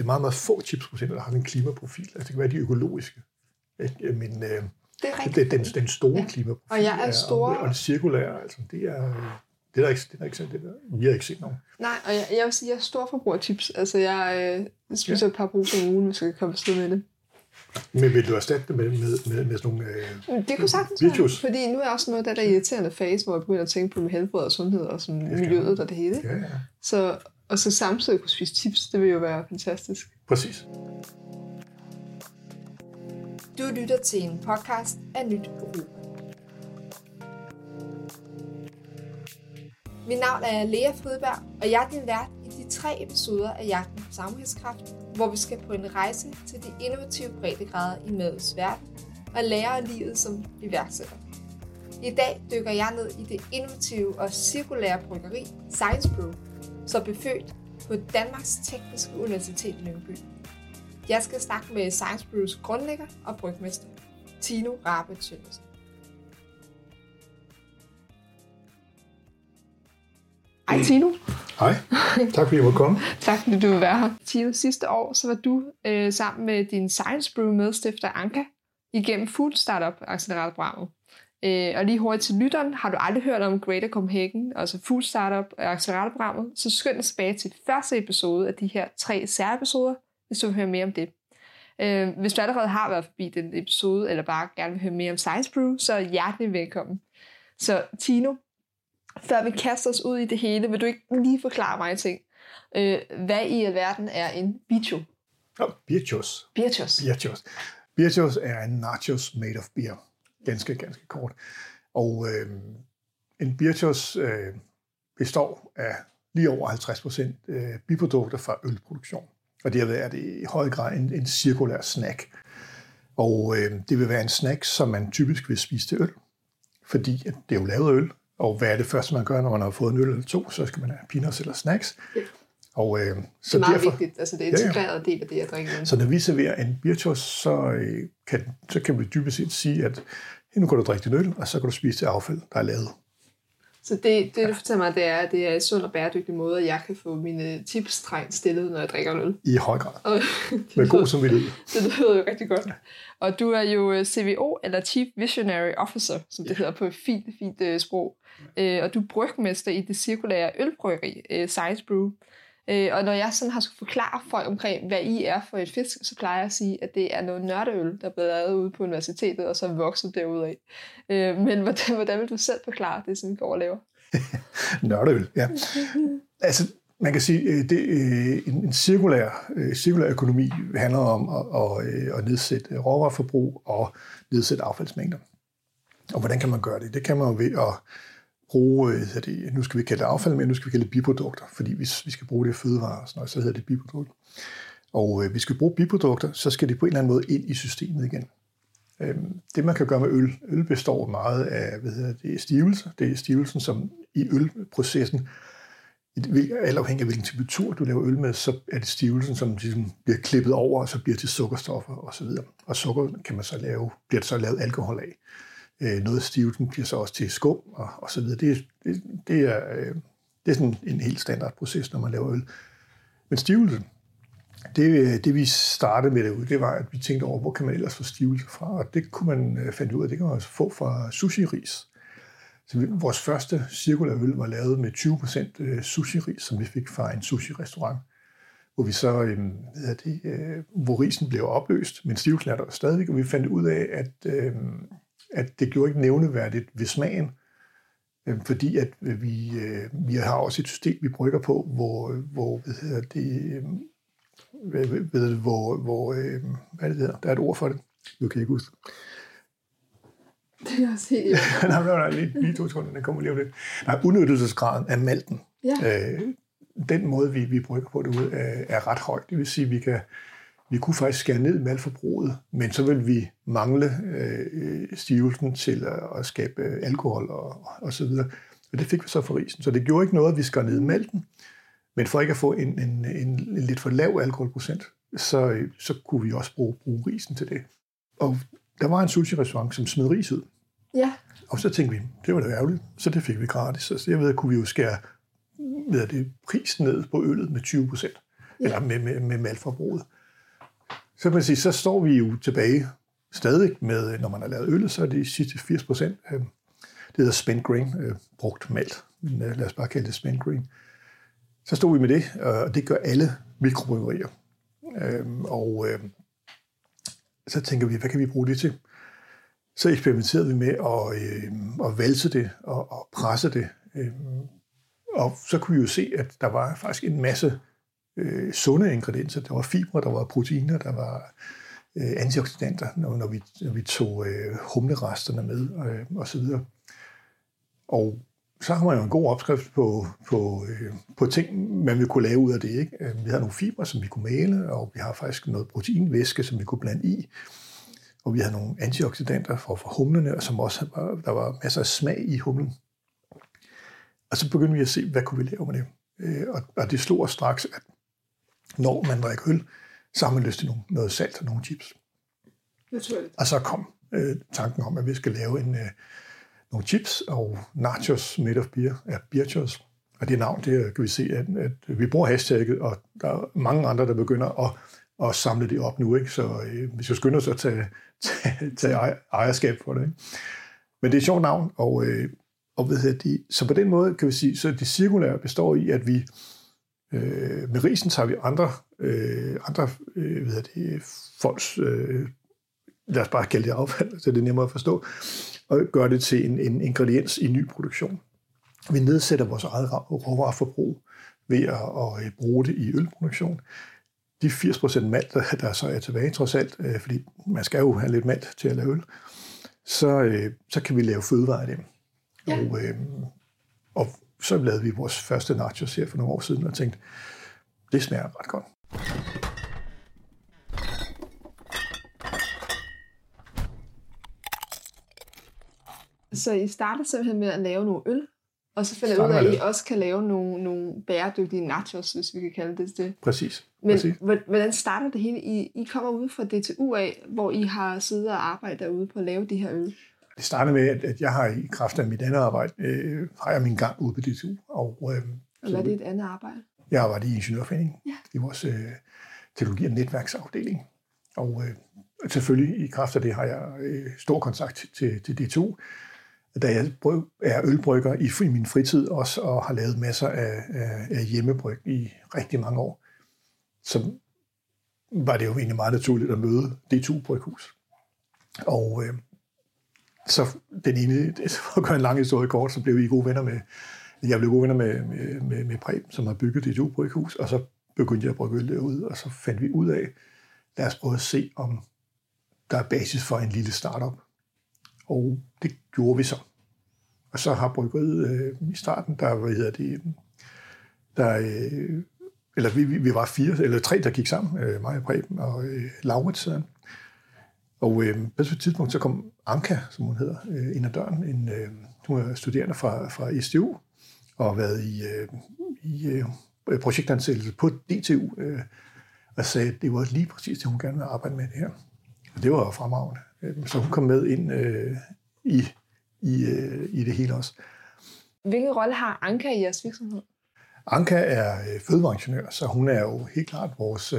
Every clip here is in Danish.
er meget, meget få chipsproducenter, der har en klimaprofil. Altså, det kan være de økologiske. Ikke? Men det er rigtigt. Den store klimaprofil og jeg er store... og den cirkulære, altså, det er der ikke sådan, vi har ikke set nogen. Nej, og jeg vil sige, at jeg er stor forbruger af chips. Altså, jeg spiser et par poser om ugen, hvis jeg kan komme afsted med det. Men vil du erstatte det med sådan nogle det kunne sagtens være, fordi nu er jeg også noget af der irriterende fase, hvor jeg begynder at tænke på mit helbred og sundhed og sådan miljøet og det hele. Ja. Så samtidig kunne spise chips, det vil jo være fantastisk. Præcis. Du lytter til en podcast af Nyt Europa. Mit navn er Lea Frydberg, og jeg er din vært i de 3 episoder af Jagten på Sammenhængskraft, hvor vi skal på en rejse til de innovative breddegrader i madets verden og lære af livet som iværksætter. I dag dykker jeg ned i det innovative og cirkulære bryggeri Science Brew, som blev født på Danmarks Tekniske Universitet i Lyngby. Jeg skal snakke med Science Brews grundlægger og brygmester, Tino Rabe Tønnesen. Hej Tino. Hej, tak fordi jeg måtte komme. Tak fordi du vil være her. Tino, sidste år så var du sammen med din Science Brew medstifter Anka igennem Food Startup acceleratorprogrammet. Og lige hurtigt til lytteren, har du aldrig hørt om Greater Copenhagen, altså Food Startup acceleratorprogrammet, så skynd dig tilbage til første episode af de her 3 særepisoder, hvis du vil høre mere om det. Hvis du allerede har været forbi den episode, eller bare gerne vil høre mere om Science Brew, så er hjertelig velkommen. Så Tino, før vi kaster os ud i det hele, vil du ikke lige forklare mig en ting? Hvad i alverden er en bicho? Birchos. Birchos er en nachos made of beer. Ganske kort. Og en birchos består af lige over 50% biprodukter fra ølproduktion. Og derved er det i høj grad en cirkulær snack. Og det vil være en snack, som man typisk vil spise til øl. Fordi at det er jo lavet øl. Og hvad er det første, man gør, når man har fået en øl eller 2? Så skal man have peanuts eller snacks. Ja. Og, så det er meget derfor, vigtigt. Altså det er en integreret del af det, jeg drikker. Så når vi serverer en birchos, så kan vi dybest set sige, at nu kan du drikke din øl, og så kan du spise det affald, der er lavet. Så det du fortæller mig, det er en sund og bæredygtig måde, at jeg kan få mine tipstræng stillet, når jeg drikker øl. I høj grad. Med god samvittighed. Det lyder jo rigtig godt. Og du er jo CVO, eller Chief Visionary Officer, som det hedder på et fint sprog. Og du er brygmester i det cirkulære ølbryggeri, Science Brew. Og når jeg sådan har skulle forklare folk omkring, hvad I er for et fisk, så plejer jeg at sige, at det er noget nørdeøl, der er blevet lavet ude på universitetet, og så er vokset derudaf. Men hvordan vil du selv forklare det, som vi går og laver? Nørdeøl, ja. Altså, man kan sige, at en cirkulær økonomi handler om at nedsætte råvareforbrug og nedsætte affaldsmængder. Og hvordan kan man gøre det? Det kan man jo ved at bruge, nu skal vi kalde det affald, men nu skal vi kalde det biprodukter, fordi hvis vi skal bruge det i fødevarer, så hedder det biprodukter. Og hvis vi skal bruge biprodukter, så skal det på en eller anden måde ind i systemet igen. Det man kan gøre med øl består meget af stivelse. Det er stivelsen, som i ølprocessen, alt afhængig af hvilken temperatur du laver øl med, så er det stivelsen, som ligesom bliver klippet over, og så bliver til sukkerstoffer osv. Og sukker kan man så bliver der så lavet alkohol af. Noget af stivelsen bliver så også til skum og så videre. Det er sådan en helt standard proces, når man laver øl. Men stivelsen, det vi startede med derude, det var, at vi tænkte over, hvor kan man ellers få stivelse fra? Og det kunne man finde ud af, det kan man også få fra sushi-ris. Så vores første cirkulære øl var lavet med 20% sushi-ris, som vi fik fra en sushi-restaurant. Hvor vi så, hvor risen blev opløst, men stivelsen er der stadigvæk, og vi fandt ud af, at det gjorde ikke nævneværdigt ved smagen, fordi at vi har også et system, vi brygger på, hvor hvad er det der? Der er et ord for det. Nu kan jeg ikke huske. Det er også helt nej, lige 2 sekunder, den kommer lige om lidt. Nej, udnyttelsesgraden af malten. Ja. Den måde, vi brygger på derude, er ret høj. Det vil sige, at vi kunne faktisk skære ned i maltforbruget, men så vil vi mangle stivelsen til at skabe alkohol og så videre. Og det fik vi så for risen. Så det gjorde ikke noget, at vi skar ned i malten, men for ikke at få en lidt for lav alkoholprocent, så kunne vi også bruge risen til det. Og der var en sushi-restaurant, som smed ris ud. Ja. Og så tænkte vi, det var da ærgerligt, så det fik vi gratis. Så jeg ved, kunne vi jo skære prisen ned på øllet med 20%. eller med maltforbruget. Så kan man sige, så står vi jo tilbage stadig med, når man har lavet øl, så er de sidste 80%, det hedder spent grain, brugt malt, men lad os bare kalde det spent grain. Så stod vi med det, og det gør alle mikrobryggerier. Så tænker vi, hvad kan vi bruge det til? Så eksperimenterede vi med at valse det og presse det. Og så kunne vi jo se, at der var faktisk en masse sunde ingredienser. Der var fibre, der var proteiner, der var antioxidanter, når vi tog humleresterne med og så videre. Og så har man jo en god opskrift på ting, man vil kunne lave ud af det. Ikke? Vi har nogle fibre, som vi kunne male, og vi har faktisk noget proteinvæske, som vi kunne blande i. Og vi havde nogle antioxidanter for humlerne, og som også der var masser af smag i humlen. Og så begyndte vi at se, hvad kunne vi lave med det. Og det slog os straks, at når man drikker øl, så har man lyst til noget salt og nogle chips. Naturligt. Og så kom tanken om, at vi skal lave nogle chips og nachos made of beer, beerchos. Og det navn, det kan vi se, at vi bruger hashtagget, og der er mange andre, der begynder at samle det op nu. Ikke? Så vi skal skynde os at tage ejerskab for det. Ikke? Men det er et sjovt navn, og så på den måde kan vi sige, så det cirkulære består i, at vi med risen tager vi andre folks, lad os bare kalde det affald, så det er nemmere at forstå, og gør det til en ingrediens i ny produktion. Vi nedsætter vores eget råvareforbrug ved at bruge det i ølproduktion. De 80% malt, der så er tilbage trods alt, fordi man skal jo have lidt malt til at lave øl, så kan vi lave fødevarer af dem. Ja. Og så lavede vi vores første nachos her for nogle år siden og tænkte, det smager ret godt. Så I starter simpelthen med at lave nogle øl, og så finder I ud af, at I også kan lave nogle bæredygtige nachos, hvis vi kan kalde det det. Præcis. Men hvordan starter det hele? I kommer ud fra DTU af, hvor I har siddet og arbejdet derude på at lave de her øl. Det startede med, at jeg har i kraft af mit andet arbejde, har jeg min gang ude på DTU. Og hvad er det et andet arbejde? Jeg arbejder i Ingeniørforeningen, i vores teknologi- og netværksafdeling. Og selvfølgelig i kraft af det har jeg stor kontakt til DTU. Da jeg er ølbrygger i min fritid også, og har lavet masser af hjemmebryg i rigtig mange år, så var det jo egentlig meget naturligt at møde DTU-bryghus. Og så den ene, for at gøre en lang historie kort, så blev jeg gode venner med Preben, som har bygget DTU Bryghus, og så begyndte jeg at brygge øl derude, og så fandt vi ud af, lad os prøve at se, om der er basis for en lille startup. Og det gjorde vi så. Og så har bryggeriet i starten, vi var 4 eller 3, der gik sammen, mig og Preben og Laurits. Og på et tidspunkt så kom Anka, som hun hedder, ind ad døren. Hun er studerende fra SDU og har været i projektansættelse på DTU og sagde, at det var lige præcis det, hun gerne ville arbejde med det her. Og det var jo fremragende. Så hun kom med ind i det hele også. Hvilken rolle har Anka i jeres virksomhed? Anka er fødevareingeniør, så hun er jo helt klart vores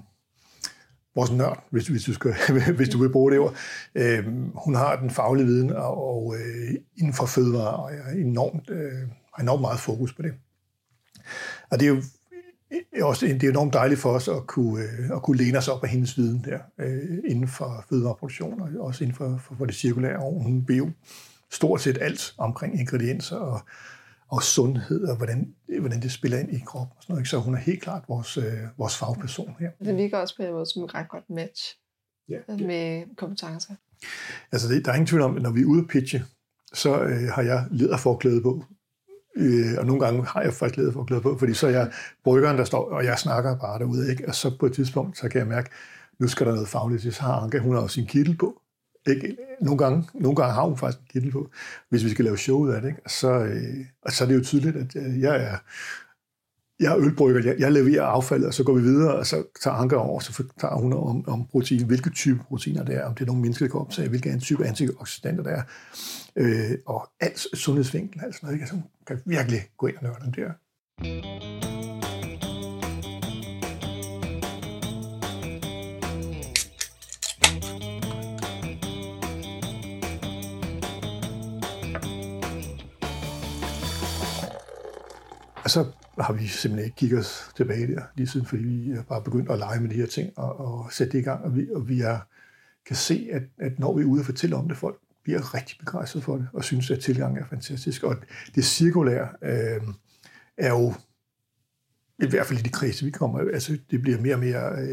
nørd, hvis du vil bruge det ord. Hun har den faglige viden og inden for fødevare og er enormt meget fokus på det. Og det er jo også det er enormt dejligt for os at kunne læne os op af hendes viden der inden for fødevareproduktion og også inden for det cirkulære. Og hun ved jo stort set alt omkring ingredienser og sundhed og hvordan det spiller ind i kroppen og sådan noget. Så hun er helt klart vores fagperson her. Det virker også på en måde som et ret godt match med kompetencer. Altså der er ingen tvivl om, at når vi er ude at pitche, så har jeg læderforklæde på. Og nogle gange har jeg faktisk læderforklæde på, fordi så er jeg bryggeren, der står, og jeg snakker bare derude. Ikke? Og så på et tidspunkt, så kan jeg mærke, nu skal der noget fagligt til. Så har Anka, hun har også sin kittel på. Ikke? Nogle gange har hun faktisk en kittel på, hvis vi skal lave show ud af det. Ikke? Og så er det jo tydeligt, at jeg er ølbrygger, jeg leverer affaldet, og så går vi videre, og så tager Anka over, så tager hun om protein, hvilke type proteiner det er, om det er nogle mennesker, der kan optage, hvilke type antioxidanter der er, og alt sundhedsvinkel, altså noget, ikke? Så hun kan virkelig gå ind og nørde den der. Og så har vi simpelthen ikke kigget os tilbage der lige siden, fordi vi er bare begyndt at lege med de her ting og sætte det i gang. Og vi kan se, at når vi er ude og fortælle om det, folk bliver rigtig begejstret for det og synes, at tilgangen er fantastisk. Og det cirkulære er jo, i hvert fald i de kredse, vi kommer, altså det bliver mere og mere,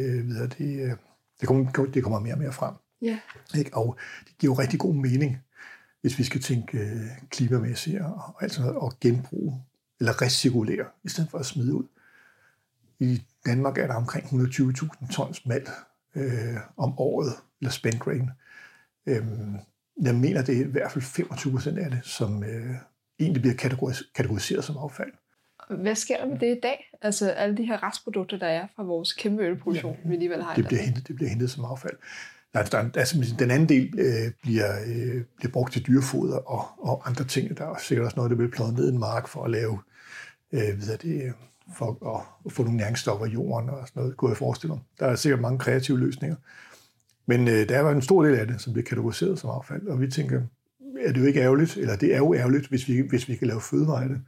det kommer mere og mere frem. Yeah. Ikke? Og det giver jo rigtig god mening, hvis vi skal tænke klimamæssigt og alt sådan noget, og genbruge eller recirkulere, i stedet for at smide ud. I Danmark er der omkring 120.000 tons malt om året, eller spent grain. Jeg mener, det er i hvert fald 25% af det, som egentlig bliver kategoriseret som affald. Hvad sker der med det i dag? Altså alle de her restprodukter, der er fra vores kæmpe ølproduktion, vi alligevel har i Danmark. Det bliver hentet som affald. Altså, den anden del bliver brugt til dyrefoder og andre ting. Der er sikkert også noget, der bliver pløjet ned i en mark for at lave, for at få nogle næringsstoffer i jorden og sådan noget, kunne jeg forestille mig. Der er sikkert mange kreative løsninger. Men der er en stor del af det, som bliver kategoriseret som affald, og vi tænker, er det jo ikke ærgerligt, eller det er jo ærgerligt, hvis vi kan lave fødevarer af det.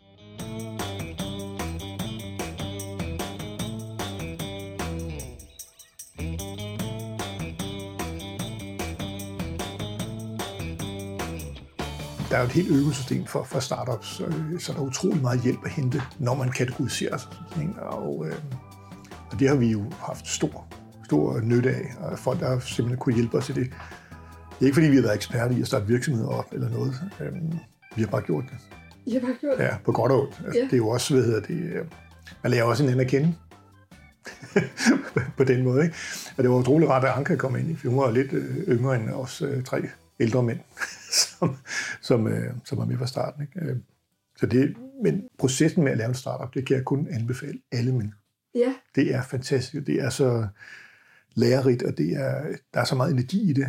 Der er jo et helt økosystem for startups, så der er utrolig meget hjælp at hente, når man kategoriserer sig. Og det har vi jo haft stor nytte af, og folk, der simpelthen kunne hjælpe os i det. Det er ikke, fordi vi har været eksperter i at starte virksomheder op eller noget. Vi har bare gjort det. I har bare gjort det? Ja, på godt og ondt. Altså, det er jo også, man lærer også hinanden at kende på den måde. Ikke? Og det var utroligt rart, at Anka kom ind i, for hun var lidt yngre end os 3 ældre mænd, som var med fra starten. Ikke? Men processen med at lave en startup, det kan jeg kun anbefale alle mennesker. Ja. Det er fantastisk, det er så lærerigt, og der er så meget energi i det.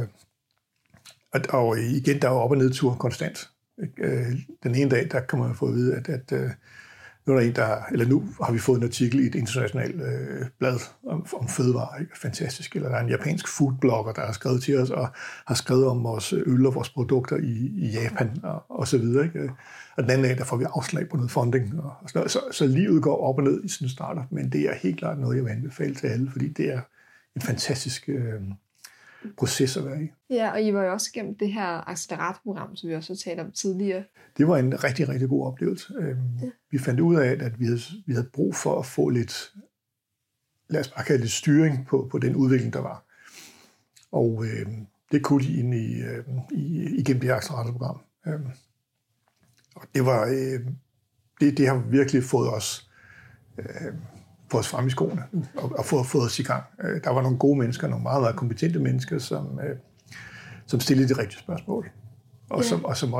Og igen, der er jo op- og nedtur konstant. Den ene dag, der kan man få at vide, at nu har vi fået en artikel i et internationalt blad om fødevarer. Ikke? Fantastisk. Eller der er en japansk foodblogger, der har skrevet til os og har skrevet om vores øl og vores produkter i Japan og så videre. Ikke? Og den anden dag, der får vi afslag på noget funding. Og sådan noget. Så livet går op og ned i sådan en startup, men det er helt klart noget, jeg vil anbefale til alle, fordi det er en fantastisk proces at være i. Ja, og I var jo også igennem det her acceleratorprogram, som vi også har talt om tidligere. Det var en rigtig, rigtig god oplevelse. Vi fandt ud af, at vi havde brug for at få lidt, lad os bare kalde det styring på den udvikling, der var. Og det kunne de ind igennem det her acceleratorprogram. Og det var, det har virkelig fået os frem i skoene og fået os i gang. Der var nogle gode mennesker, nogle meget, meget kompetente mennesker, som stillede de rigtige spørgsmål. Og som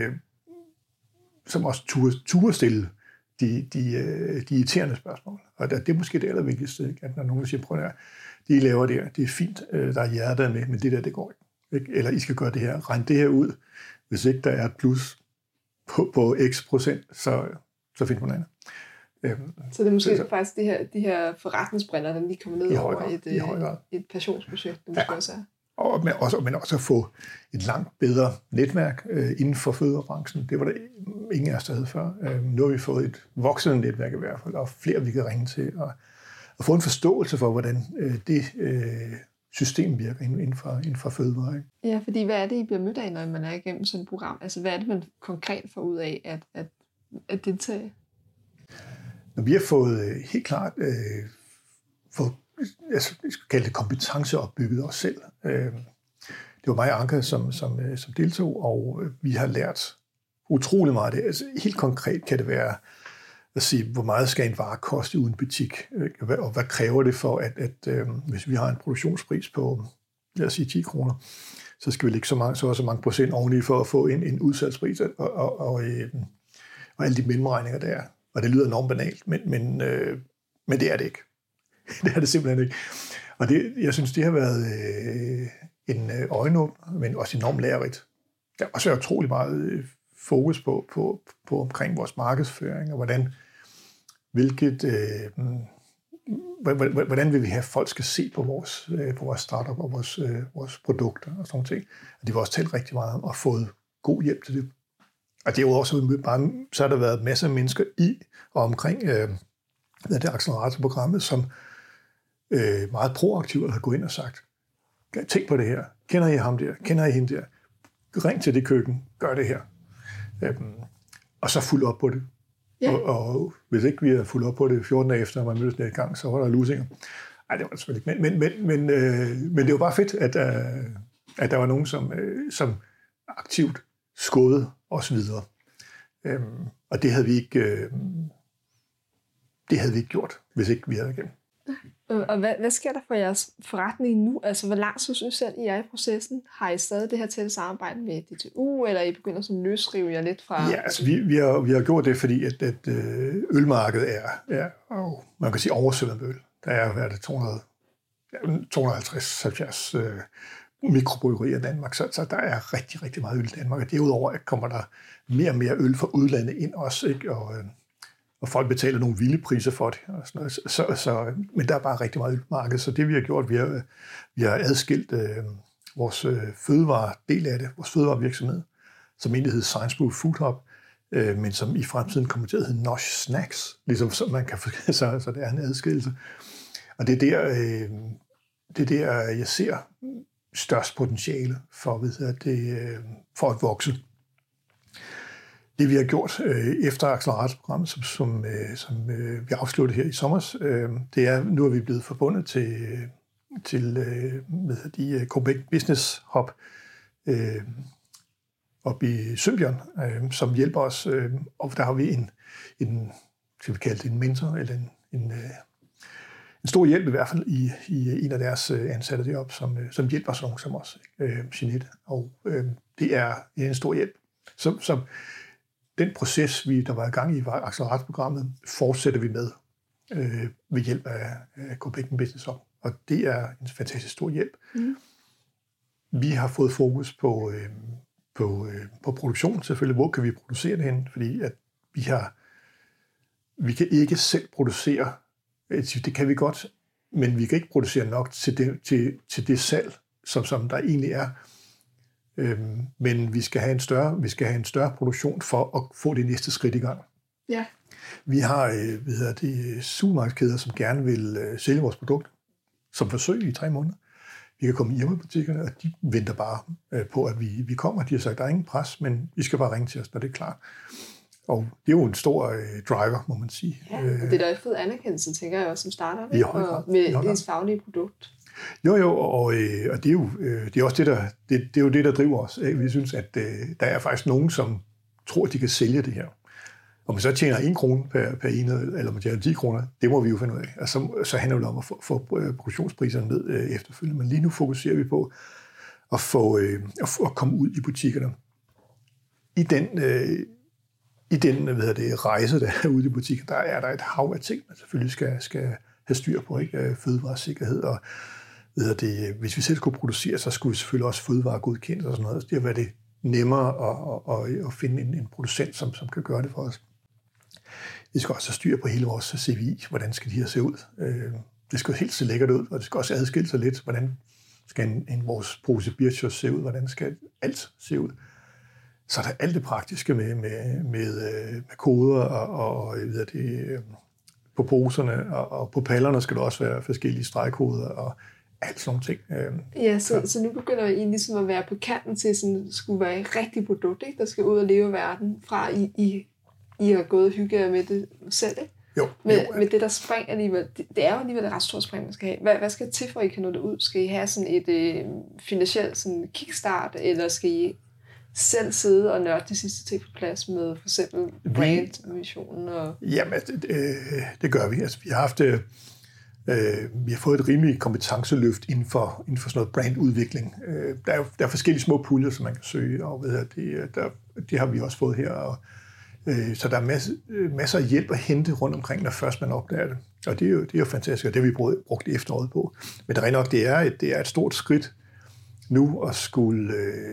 også turde stille de irriterende spørgsmål. Og det er måske det allervigtigste, ikke? At når nogen siger, prøv at de laver det her, det er fint, der er hjertet med, men det går ikke. Eller I skal gøre det her, regn det her ud. Hvis ikke der er et plus på x procent, så find på noget andet. Så det er måske faktisk de her forretningsbriller, der lige kommer ned over et passionsprojekt, det måske også er. Men også at få et langt bedre netværk inden for fødevarebranchen. Det var der ingen af os, der havde før. Nu har vi fået et voksende netværk i hvert fald, og flere vi kan ringe til, og få en forståelse for, hvordan det system virker inden for fødevare. Ikke? Ja, fordi hvad er det, I bliver mødt af, når man er igennem sådan et program? Altså, hvad er det, man konkret får ud af at deltage? Når vi har fået helt klart jeg skal kalde det kompetenceopbygget os selv. Det var mig og Anka, som deltog, og vi har lært utrolig meget af det. Altså, helt konkret kan det være at sige, hvor meget skal en vare koste uden butik, og hvad kræver det for, at hvis vi har en produktionspris på, lad os sige 10 kroner, så skal vi lægge så mange procent oveni for at få en udsalgspris, og alle de mellemregninger, der er. Og det lyder enormt banalt, men det er det ikke. Det er det simpelthen ikke. Og jeg synes, det har været en øjenåbner, men også enormt lærerigt. Der har også været utrolig meget fokus på omkring vores markedsføring, og hvordan vil vi have, at folk skal se på vores startup og vores produkter og sådan noget. Og de var også talt rigtig meget om at få god hjælp til det. Og derudover så har der været masser af mennesker i og omkring det acceleratorprogrammet, som meget proaktivt har gået ind og sagt, tænk på det her, kender I ham der, kender I hende der, ring til det køkken, gør det her. Og så fuldt op på det. Ja. Og hvis ikke vi havde fulgt op på det 14 dage efter, at man mødtes der i gang, så var der lusinger. Nej, det var det selvfølgelig ikke. Men det var bare fedt, at der var nogen, som aktivt skåede os videre. Og det havde vi ikke gjort, hvis ikke vi havde igennem. Og hvad sker der for jeres forretning nu? Altså, hvor langt synes I selv, I er i processen? Har I stadig det her tætte samarbejde med DTU, eller I begynder sådan at løsrive jer lidt fra... Ja, altså vi har gjort det, fordi at ølmarkedet er man kan sige oversvømmet med øl. Der er været 250-70 mikrobryggerier i Danmark, så der er rigtig, rigtig meget øl i Danmark. Og derudover kommer der mere og mere øl fra udlandet ind også, ikke? Og folk betaler nogle vilde priser for det. Og sådan noget. Men der er bare rigtig meget ølmarked. Så det vi har gjort, vi har adskilt vores fødevaredel af det, vores fødevarevirksomhed, som egentlig hedder Science Brew Food Hub, men som i fremtiden kommer til at hedde Nosh Snacks, ligesom så man kan så det er en adskillelse. Og det er der, jeg ser størst potentiale for at vokse. Det vi har gjort efter acceleratorprogrammet, som vi afsluttede her i sommer, det er, nu er vi blevet forbundet til Quebec Business Hub oppe i Symbion, som hjælper os, og der har vi en skal vi kalde det en mentor, eller en stor hjælp i hvert fald i en af deres ansatte deroppe, som hjælper sådan nogen som os, Jeanette, og det er en stor hjælp. Så den proces, der var i gang i acceleratorprogrammet, fortsætter vi med ved hjælp af Quebec Business Hub, og det er en fantastisk stor hjælp. Mm. Vi har fået fokus på produktion selvfølgelig. Hvor kan vi producere det hen? Fordi at vi kan ikke selv producere. Det kan vi godt, men vi kan ikke producere nok til det salg, som der egentlig er. Men vi skal have en større produktion for at få det næste skridt i gang. Ja. Vi har supermarkedskæder, som gerne vil sælge vores produkt som forsøg i 3 måneder. Vi kan komme i hjemmebutikkerne, og de venter bare på, at vi kommer. De har sagt, der er ingen pres, men I skal bare ringe til os, når det er klart. Og det er jo en stor driver, må man sige. Ja, det er da et fed anerkendelse, tænker jeg også, som starter og med ens faglige produkt. Jo, og det er også det, der driver os. Vi synes, at der er faktisk nogen, som tror, at de kan sælge det her. Om man så tjener 1 krone per enhed, eller man tjener 10 kroner, det må vi jo finde ud af. Og så handler det om at få produktionspriserne ned efterfølgende. Men lige nu fokuserer vi på at komme ud i butikkerne. I den rejse, der er ude i butikken, der er der et hav af ting, man selvfølgelig skal have styr på, ikke? Fødevaresikkerhed og hvis vi selv skulle producere, så skulle vi selvfølgelig også fødevare godkendes og sådan noget. Det har været det nemmere at finde en producent, som kan gøre det for os. Vi skal også have styr på hele vores CVI. Hvordan skal de her se ud? Det skal helt se lækkert ud, og det skal også adskille sig lidt. Hvordan skal vores pose Birchos se ud? Hvordan skal alt se ud? Så er der alt det praktiske med koder og på poserne og på pallerne skal der også være forskellige stregkoder og alt sådan nogle ting. Ja, så nu begynder I ligesom at være på kanten til, sådan skulle være et rigtigt produkt, ikke? Der skal ud og leve i verden, fra I har gået og hygge med det selv, ikke? Jo. Men det der spring alligevel, det er jo alligevel et ret stort spring, man skal have. Hvad skal til, for I kan nå det ud? Skal I have sådan et finansielt sådan kickstart, eller skal I selv sidde og nørde de sidste ting på plads med for eksempel brand-missionen? Jamen, det gør vi. Altså, vi har fået et rimeligt kompetenceløft inden for sådan noget brandudvikling. Der er forskellige små puljer, som man kan søge, og det har vi også fået her. Og, så der er masser af hjælp at hente rundt omkring, når først man opdager det. Og det er jo fantastisk, og det har vi brugt efteråret på. Men det er nok, det er et stort skridt nu at skulle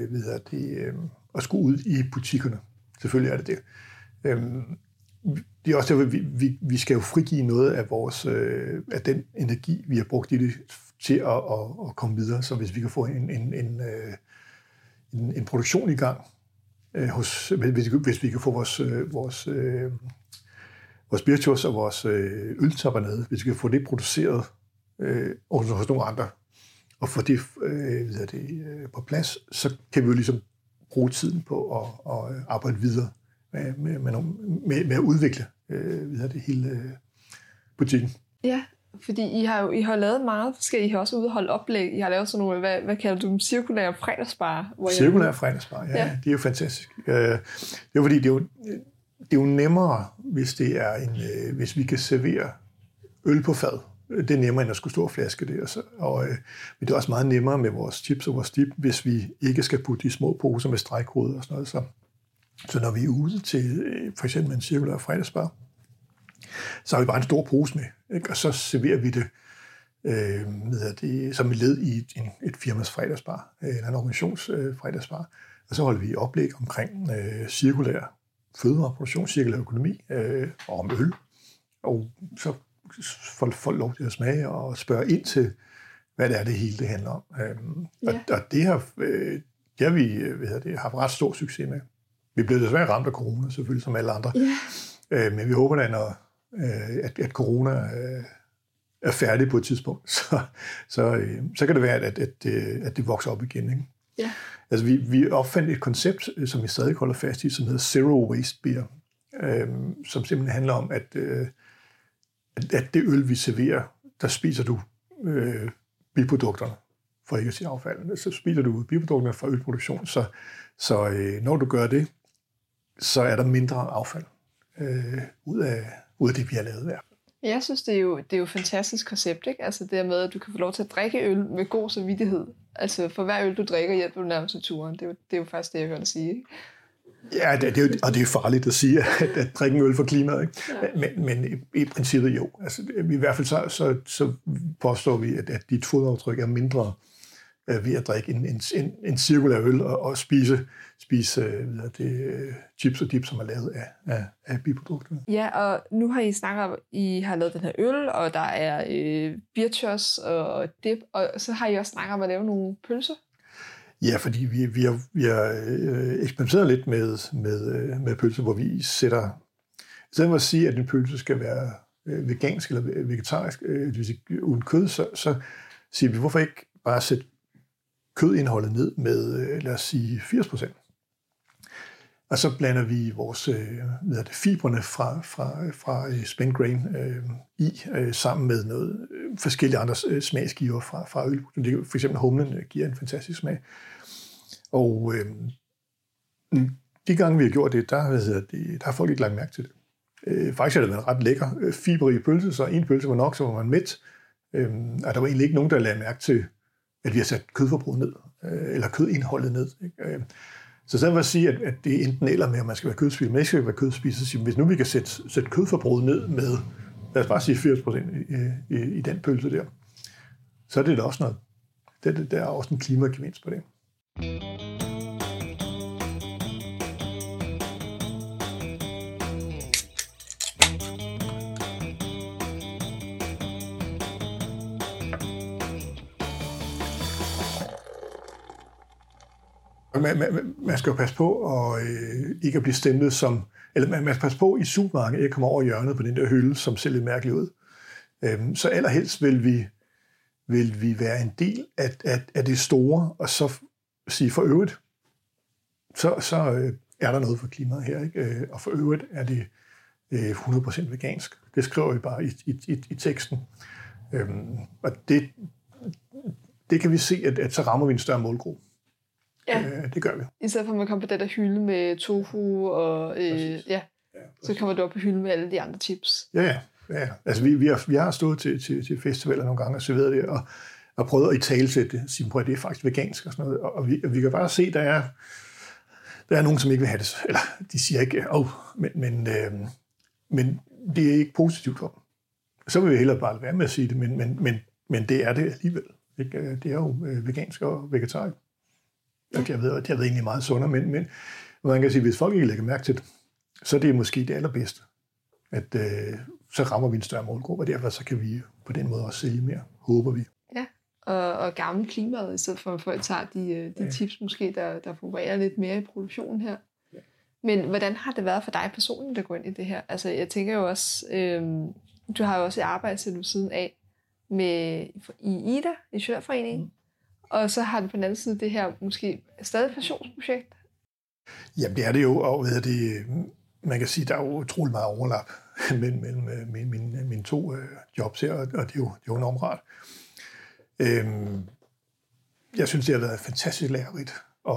ud i butikkerne. Selvfølgelig er det det. Det er også derfor, vi skal jo frigive noget af af den energi, vi har brugt i det, til at komme videre. Så hvis vi kan få en produktion i gang, hvis vi kan få vores spiritus og vores øltabernade, hvis vi kan få det produceret hos nogle andre, og få det, på plads, så kan vi jo ligesom bruge tiden på at arbejde videre med at udvikle hele butikken. Ja, fordi I har lavet meget forskelligt. I har også udholdt oplæg. I har lavet sådan nogle, hvad kalder du dem, cirkulære fredagsbarer? Cirkulære fredagsbarer, ja. De er jo fantastiske. Det er jo fordi, det er jo nemmere, hvis vi kan servere øl på fad. Det er nemmere, end at skulle stå og flaske det. Men det er også meget nemmere med vores chips og vores dip, hvis vi ikke skal putte de små poser med stregkode og sådan noget. Så når vi er ude til for eksempel en cirkulær fredagsbar, så har vi bare en stor pose med, ikke? Og så serverer vi det som et led i et firmas fredagsbar, eller en organisations fredagsbar. Og så holder vi oplæg omkring cirkulær fødevareproduktion, cirkulær økonomi og om øl. Og så får folk lov til at smage og spørge ind til, hvad det er, det hele det handler om. Og det har vi haft ret stor succes med. Vi blev desværre ramt af corona, selvfølgelig, som alle andre. Men vi håber da, at corona er færdig på et tidspunkt, så kan det være, at det vokser op igen. Ikke? Ja. Altså, vi opfandt et koncept, som vi stadig holder fast i, som hedder Zero Waste Beer, som simpelthen handler om, at det øl, vi serverer, der spiser du biprodukterne, for ikke at sige affald. Så spiser du biprodukterne fra ølproduktion, så når du gør det, så er der mindre affald ud af det, vi har lavet der. Jeg synes, det er jo et fantastisk koncept, ikke? Altså det med, at du kan få lov til at drikke øl med god samvittighed. Altså for hver øl, du drikker, hjælper du nærmest til turen. Det er jo faktisk det, jeg hørte dig sige, ikke? Ja, og det er farligt at sige, at drikke en øl for klimaet, ikke? Ja. Men i princippet jo. Altså, i hvert fald så påstår vi, at dit fodaftryk er mindre ved at drikke en cirkulær øl og spise chips og dip, som er lavet af biprodukter. Ja, og nu har I snakket om, I har lavet den her øl, og der er birchos og dip, og så har I også snakket om at lave nogle pølser. Ja, fordi vi har eksperimenteret lidt med pølser, hvor vi sætter, i stedet for at sige, at en pølse skal være vegansk eller vegetarisk, uden kød, så siger vi, hvorfor ikke bare sætte kødindholdet ned med, lad os sige, 80%. Og så blander vi vores fibrene fra spent grain sammen med noget forskellige andre smagsgiver fra øl. For eksempel humlen giver en fantastisk smag. Og de gange, vi har gjort det, der har folk ikke lagt mærke til det. Faktisk har det været en ret lækker fiberrig pølse, så en pølse var nok, så var man mæt. Og der var egentlig ikke nogen, der lagde mærke til, at vi har sat kødforbruget ned, eller kødindholdet ned. Ikke? Så stedet for at sige, at det er enten eller med, at man skal være kødspiser, men ikke skal være kødspiser, så siger, hvis nu vi kan sætte kødforbruget ned med, lad os bare sige 80% i den pølse der, så er det da også noget. Der er også en klimagevinst på det. Man skal jo passe på ikke at blive stemplet som, eller man skal passe på i supermarkedet, ikke komme over hjørnet på den der hylde, som ser lidt mærkeligt ud. Så allerhelst vil vi være en del af det store, og så sige for øvrigt, så er der noget for klimaet her, ikke? Og for øvrigt er det 100% vegansk. Det skriver vi bare i teksten. Og det kan vi se, at så rammer vi en større målgruppe. Ja. Det gør vi. I stedet for at man kommer på den der hylde med tofu, og så kommer du op på hylden med alle de andre chips. Ja. Altså vi har stået til festivaler nogle gange og serveret det, og prøvet at italesætte det, sige, at det er faktisk vegansk og sådan noget. Og vi kan bare se, at der er nogen, som ikke vil have det. Eller de siger ikke, men det er ikke positivt for dem. Så vil vi hellere bare være med at sige det, men det er det alligevel. Ikke? Det er jo vegansk og vegetarisk. Jeg ved egentlig meget sundere, men man kan sige, hvis folk ikke lægger mærke til det, så er det måske det allerbedste. At så rammer vi en større målgruppe, og derfor så kan vi på den måde også sælge mere, håber vi. Ja, og gavne klimaet, i stedet for at folk tager de tips måske, der forbruger lidt mere i produktionen her. Men hvordan har det været for dig personligt at gå ind i det her? Altså, jeg tænker jo også, du har jo også et arbejde til siden af i IDA, Ingeniørforeningen, og så har du på den anden side det her måske stadig passionsprojekt. Jamen, det er det jo, og man kan sige, der er jo utrolig meget overlap mellem mine to jobs her, og det er jo enormt rart. Jeg synes, det har været fantastisk lærerigt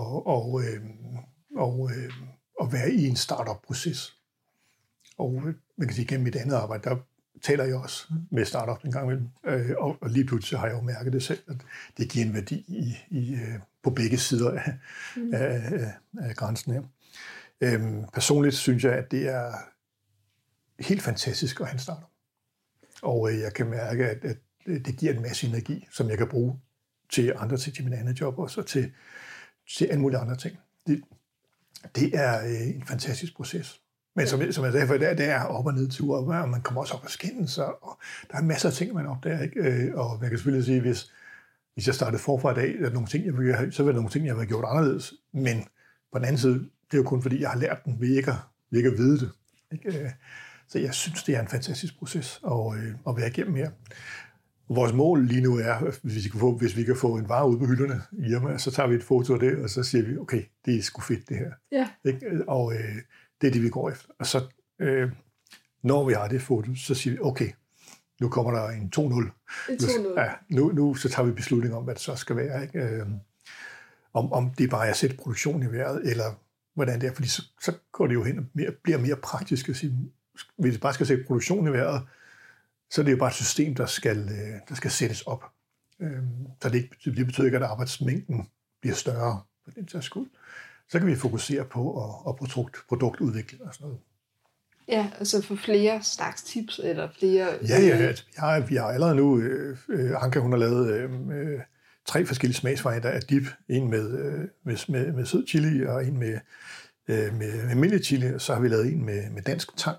at være i en startup-proces. Og man kan sige, gennem mit andet arbejde, der taler jeg også med startup en gang imellem. Og lige pludselig har jeg jo mærket det selv, at det giver en værdi på begge sider af grænsen her. Personligt synes jeg, at det er helt fantastisk at have en startup. Og jeg kan mærke, at det giver en masse energi, som jeg kan bruge til andre ting, til min anden job også, og til alle mulige andre ting. Det er en fantastisk proces. Men som jeg sagde før, det er op- og nedtur, og man kommer også op og skændes, og der er masser af ting, man opdager, ikke? Og man kan selvfølgelig sige, hvis jeg startede forfra i dag, så var der nogle ting, jeg ville have gjort anderledes. Men på den anden side, det er jo kun fordi, jeg har lært den ved ikke at vide det. Ikke? Så jeg synes, det er en fantastisk proces at være igennem her. Vores mål lige nu er, hvis vi kan få en vare ude på hylderne i Irma, så tager vi et foto af det, og så siger vi, okay, det er sgu fedt det her. Ja. Ikke? Og det er det, vi går efter. Og så, når vi har det foto, så siger vi, okay, nu kommer der en 2-0. En 2-0. Ja, nu så tager vi beslutning om, hvad det så skal være. Ikke? Om det bare er at sætte produktionen i vejret, eller hvordan det er. Fordi så går det jo hen og bliver mere praktisk at sige, hvis vi bare skal sætte produktionen i vejret, så er det jo bare et system, der skal sættes op. Så det betyder ikke, at arbejdsmængden bliver større for den sags skyld. Så kan vi fokusere på at produktudvikle og sådan noget. Ja, altså få flere slags tips, eller flere... Ja, vi har allerede nu... Anka, hun har lavet 3 forskellige smagsvarianter af dip. En med sød chili, og en med almindelig chili, og så har vi lavet en med dansk tang,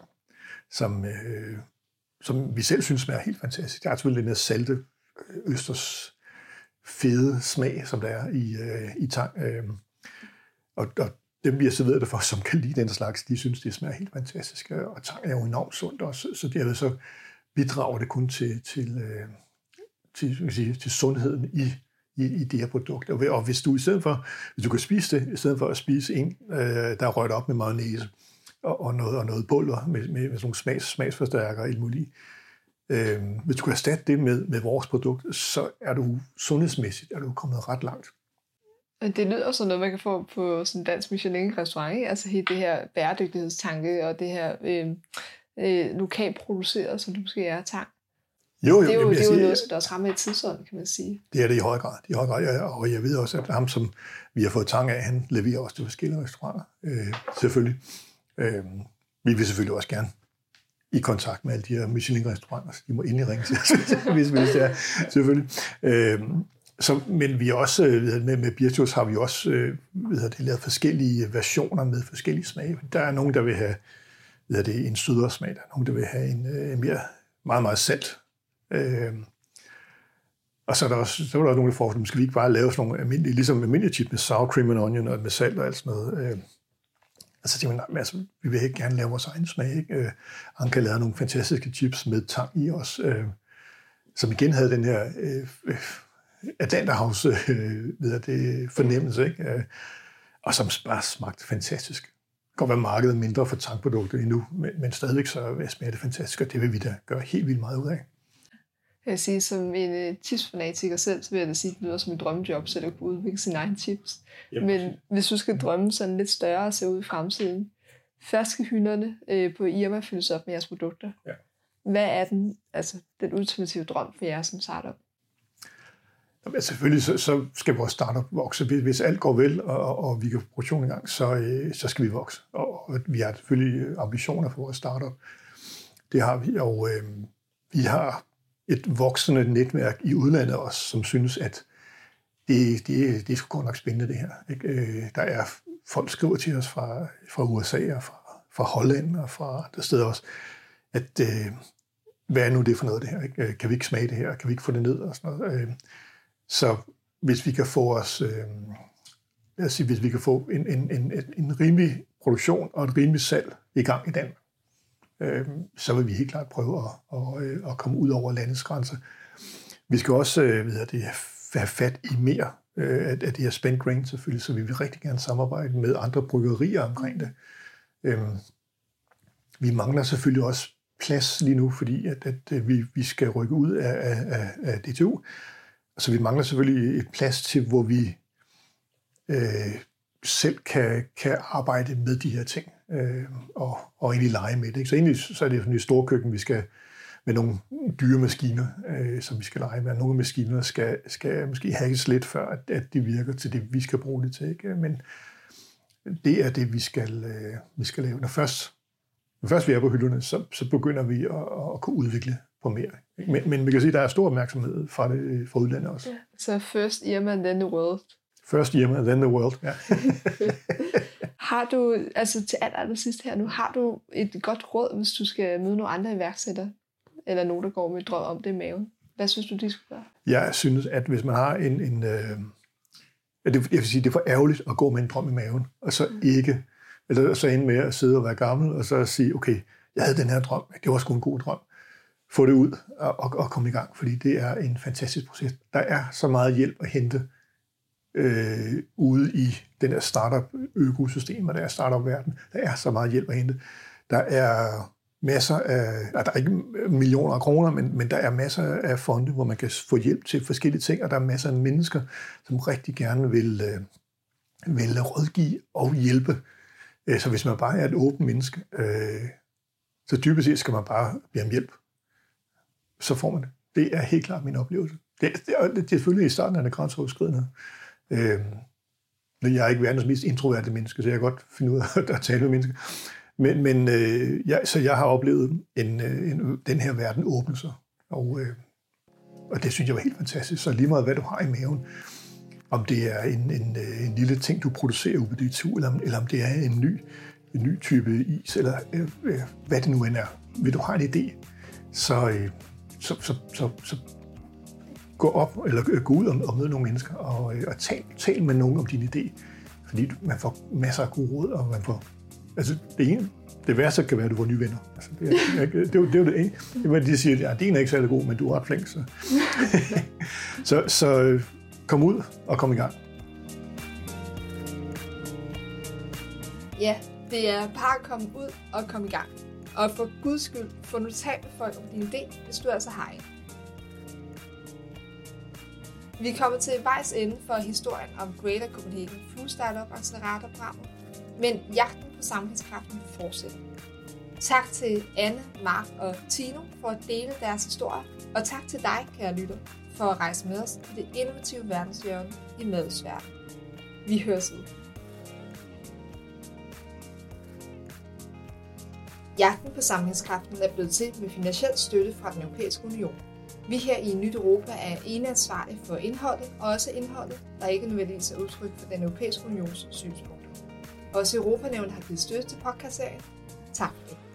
som vi selv synes smager helt fantastisk. Der er selvfølgelig den her salte, østers fede smag, som der er i tang. Og dem, vi har serveret det for, som kan lide den slags, de synes, det smager helt fantastisk. Og tang er jo enormt sundt også, så derved så bidrager det kun til sundheden i det her produkt. Og hvis du kan spise det, i stedet for at spise en, der er rørt op med mayonnaise, og noget pulver med sådan nogle smagsforstærkere og alt muligt. Hvis du kan erstatte det med vores produkt, så er du sundhedsmæssigt kommet ret langt. Det lyder som noget, man kan få på sådan en dansk Michelin-restaurant, ikke? Altså helt det her bæredygtighedstanke og det her lokalt produceret, som det måske er tang. Jo, det er jo noget, der også rammer i tidsånden, kan man sige. Det er det i høj grad. Og jeg ved også, at ham, som vi har fået tang af, han leverer også til forskellige restauranter. Selvfølgelig. Vi vil selvfølgelig også gerne i kontakt med alle de her Michelin-restauranter, så de må endelig ringe til os, hvis det er, selvfølgelig. Men vi er også, med Birtus har vi også lavet forskellige versioner med forskellige smage. Der er nogen, der vil have en sydere smag, der er nogen, der vil have en mere meget, meget salt. Og så var der nogle, der foreslår, skal vi ikke bare lave sådan nogle almindelige chip med sour cream and onion og med salt og alt sådan noget. Altså tænker man, vi vil ikke gerne lave vores egen smag. Ikke? Anka lavede nogle fantastiske chips med tang i os, som igen havde den her Atlanterhavs fornemmelse, ikke? Og som bare smagte fantastisk. Det kan godt være markedet mindre for tangprodukter endnu, men stadigvæk så smager det fantastisk, og det vil vi da gøre helt vildt meget ud af. Jeg vil sige, som en chipsfanatiker selv, så vil jeg da sige, at det lyder som et drømmejob, så du kan udvikle sine egne chips. Yep. Men hvis du skal drømme sådan lidt større og se ud i fremtiden, først skal hylderne på Irma fyldes op med jeres produkter. Ja. Hvad er den ultimative drøm for jer som startup? Jamen, selvfølgelig så skal vores startup vokse. Hvis alt går vel, og vi kan få produktion i gang, så skal vi vokse. Og vi har selvfølgelig ambitioner for vores startup. Det har vi, og vi har et voksende netværk i udlandet også, som synes, at det er sgu godt nok spændende det her. Ikke? Der er folk skriver til os fra USA og fra Holland og fra andre steder også, at hvad er nu det for noget det her? Ikke? Kan vi ikke smage det her? Kan vi ikke få det ned? Og sådan noget. Så hvis vi kan få os, hvis vi kan få en rimelig produktion og et rimeligt salg i gang i Danmark, så vil vi helt klart prøve at komme ud over landets grænser. Vi skal også have fat i mere af det her spent grain selvfølgelig, så vi vil rigtig gerne samarbejde med andre bryggerier omkring det. Vi mangler selvfølgelig også plads lige nu, fordi at vi skal rykke ud af DTU. Så vi mangler selvfølgelig et plads til, hvor vi selv kan arbejde med de her ting og egentlig lege med det. Ikke? Så egentlig så er det sådan et storkøkken, vi skal med nogle dyre maskiner, som vi skal lege med. Nogle maskiner skal måske hackes lidt, før at de virker til det, vi skal bruge det til. Ikke? Men det er det, vi skal lave. Når først vi er på hylderne, så begynder vi at kunne udvikle på mere. Men vi kan sige, at der er stor opmærksomhed fra udlandet også. Ja, så first Irma and then the world. First Irma and then the world, ja. Har du, altså til allersidst her nu, har du et godt råd, hvis du skal møde nogle andre iværksættere, eller nogen, der går med drøm om det i maven? Hvad synes du, de skal gøre? Jeg synes, at hvis man har jeg vil sige, det er for ærgerligt at gå med en drøm i maven, og så ikke, eller så ende med at sidde og være gammel, og så sige, okay, jeg havde den her drøm, det var sgu en god drøm. Få det ud og komme i gang, fordi det er en fantastisk proces. Der er så meget hjælp at hente ude i den her startup-økosystem, og der er startup-verden. Der er så meget hjælp at hente. Der er masser af, der er ikke millioner af kroner, men der er masser af fonde, hvor man kan få hjælp til forskellige ting, og der er masser af mennesker, som rigtig gerne vil rådgive og hjælpe. Så hvis man bare er et åbent menneske, så dybest set skal man bare bede om hjælp. Så får man det. Det er helt klart min oplevelse. Det er selvfølgelig i starten af det grænseoverskridende. Men jeg er ikke verdens mest introverte menneske, så jeg kan godt finde ud af at tale med mennesker. Så jeg har oplevet den her verden åbne sig. Og det synes jeg var helt fantastisk. Så lige meget hvad du har i maven, om det er en lille ting, du producerer ude på DTU, eller om det er en ny type is, eller hvad det nu end er. Vil du have en idé, så gå op, eller gå ud og møde nogle mennesker, og tal med nogen om din idé. Fordi man får masser af gode råd, og man får... Altså, det værste kan være, at du får nye venner. Altså, det er jo det ene. De siger, at det er ikke særlig god, men du er ret flink. Så kom ud og kom i gang. Ja, det er bare at komme ud og komme i gang. Og for guds skyld, få nu talt med folk om din idé, hvis du altså har en. Vi er kommet til vejs ende for historien om Greater Copenhagen Food Startup Accelerator-programmet, men jagten på sammenhængskraften fortsætter. Tak til Anne, Mark og Tino for at dele deres historier, og tak til dig, kære lytter, for at rejse med os i det innovative verdenshjørne i madelsverden. Vi høres ved. Jagten på sammenhængskraften er blevet til med finansiel støtte fra den Europæiske Union. Vi her i Nyt Europa er eneansvarlige for indholdet, og også indholdet, der ikke nødvendigvis er udtryk for den Europæiske Unions synspunkter. Også Europanævnet har givet støtte til podcastserien. Tak for det.